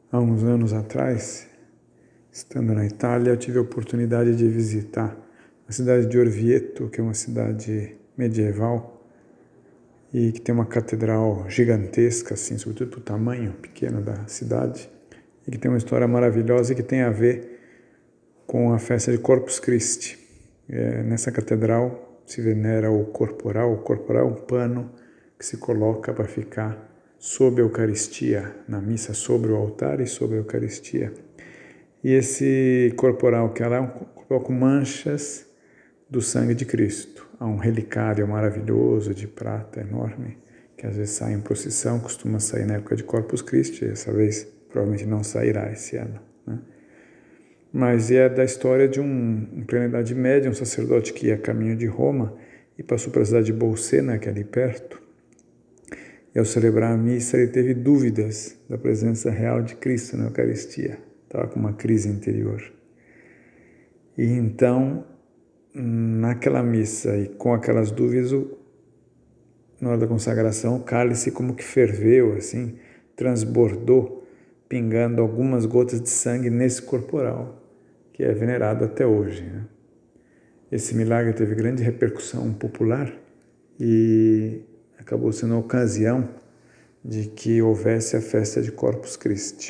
Há uns anos atrás, estando na Itália, eu tive a oportunidade de visitar a cidade de Orvieto, que é uma cidade medieval e que tem uma catedral gigantesca, assim, sobretudo pelo tamanho pequeno da cidade, e que tem uma história maravilhosa e que tem a ver com a festa de Corpus Christi. Nessa catedral se venera o corporal. O corporal é um pano que se coloca para ficar sob a Eucaristia, na missa, sobre o altar e sobre a Eucaristia. E esse corporal que ela é um corporal com manchas do sangue de Cristo. Há um relicário maravilhoso de prata enorme, que às vezes sai em procissão, costuma sair na época de Corpus Christi, essa vez provavelmente não sairá esse ano, né? Mas é da história de em plena Idade Média, um sacerdote que ia a caminho de Roma e passou pela cidade de Bolsena, que é ali perto, e ao celebrar a missa ele teve dúvidas da presença real de Cristo na Eucaristia. Estava com uma crise interior. E então, naquela missa e com aquelas dúvidas, na hora da consagração, o cálice como que ferveu, assim, transbordou, pingando algumas gotas de sangue nesse corporal, que é venerado até hoje, né? Esse milagre teve grande repercussão popular e acabou sendo a ocasião de que houvesse a festa de Corpus Christi.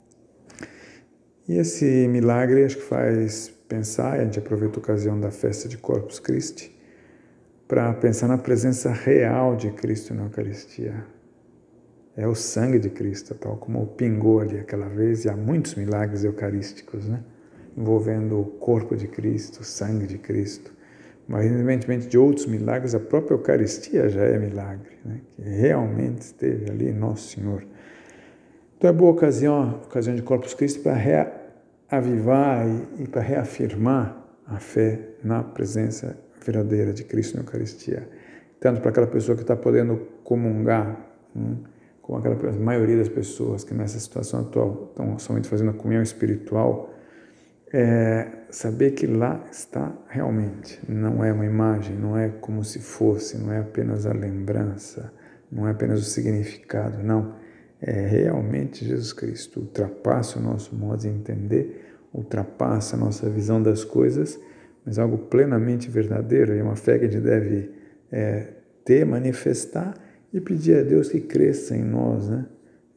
E esse milagre acho que faz pensar, e a gente aproveita a ocasião da festa de Corpus Christi, para pensar na presença real de Cristo na Eucaristia. É o sangue de Cristo, tal como pingou ali aquela vez, e há muitos milagres eucarísticos, né? Envolvendo o corpo de Cristo, o sangue de Cristo. Mas, independentemente de outros milagres, a própria Eucaristia já é milagre, né? Que realmente esteve ali Nosso Senhor. Então é boa ocasião de Corpus Christi para reavivar e para reafirmar a fé na presença verdadeira de Cristo na Eucaristia. Tanto para aquela pessoa que está podendo comungar, como a maioria das pessoas que nessa situação atual estão somente fazendo a comunhão espiritual, saber que lá está realmente, não é uma imagem, não é como se fosse, não é apenas a lembrança, não é apenas o significado, não, é realmente Jesus Cristo, ultrapassa o nosso modo de entender, ultrapassa a nossa visão das coisas, mas algo plenamente verdadeiro, e uma fé que a gente deve ter, manifestar e pedir a Deus que cresça em nós, né?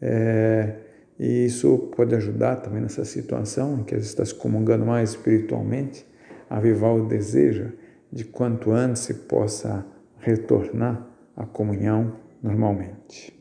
E isso pode ajudar também nessa situação em que você está se comungando mais espiritualmente, a avivar o desejo de quanto antes se possa retornar à comunhão normalmente.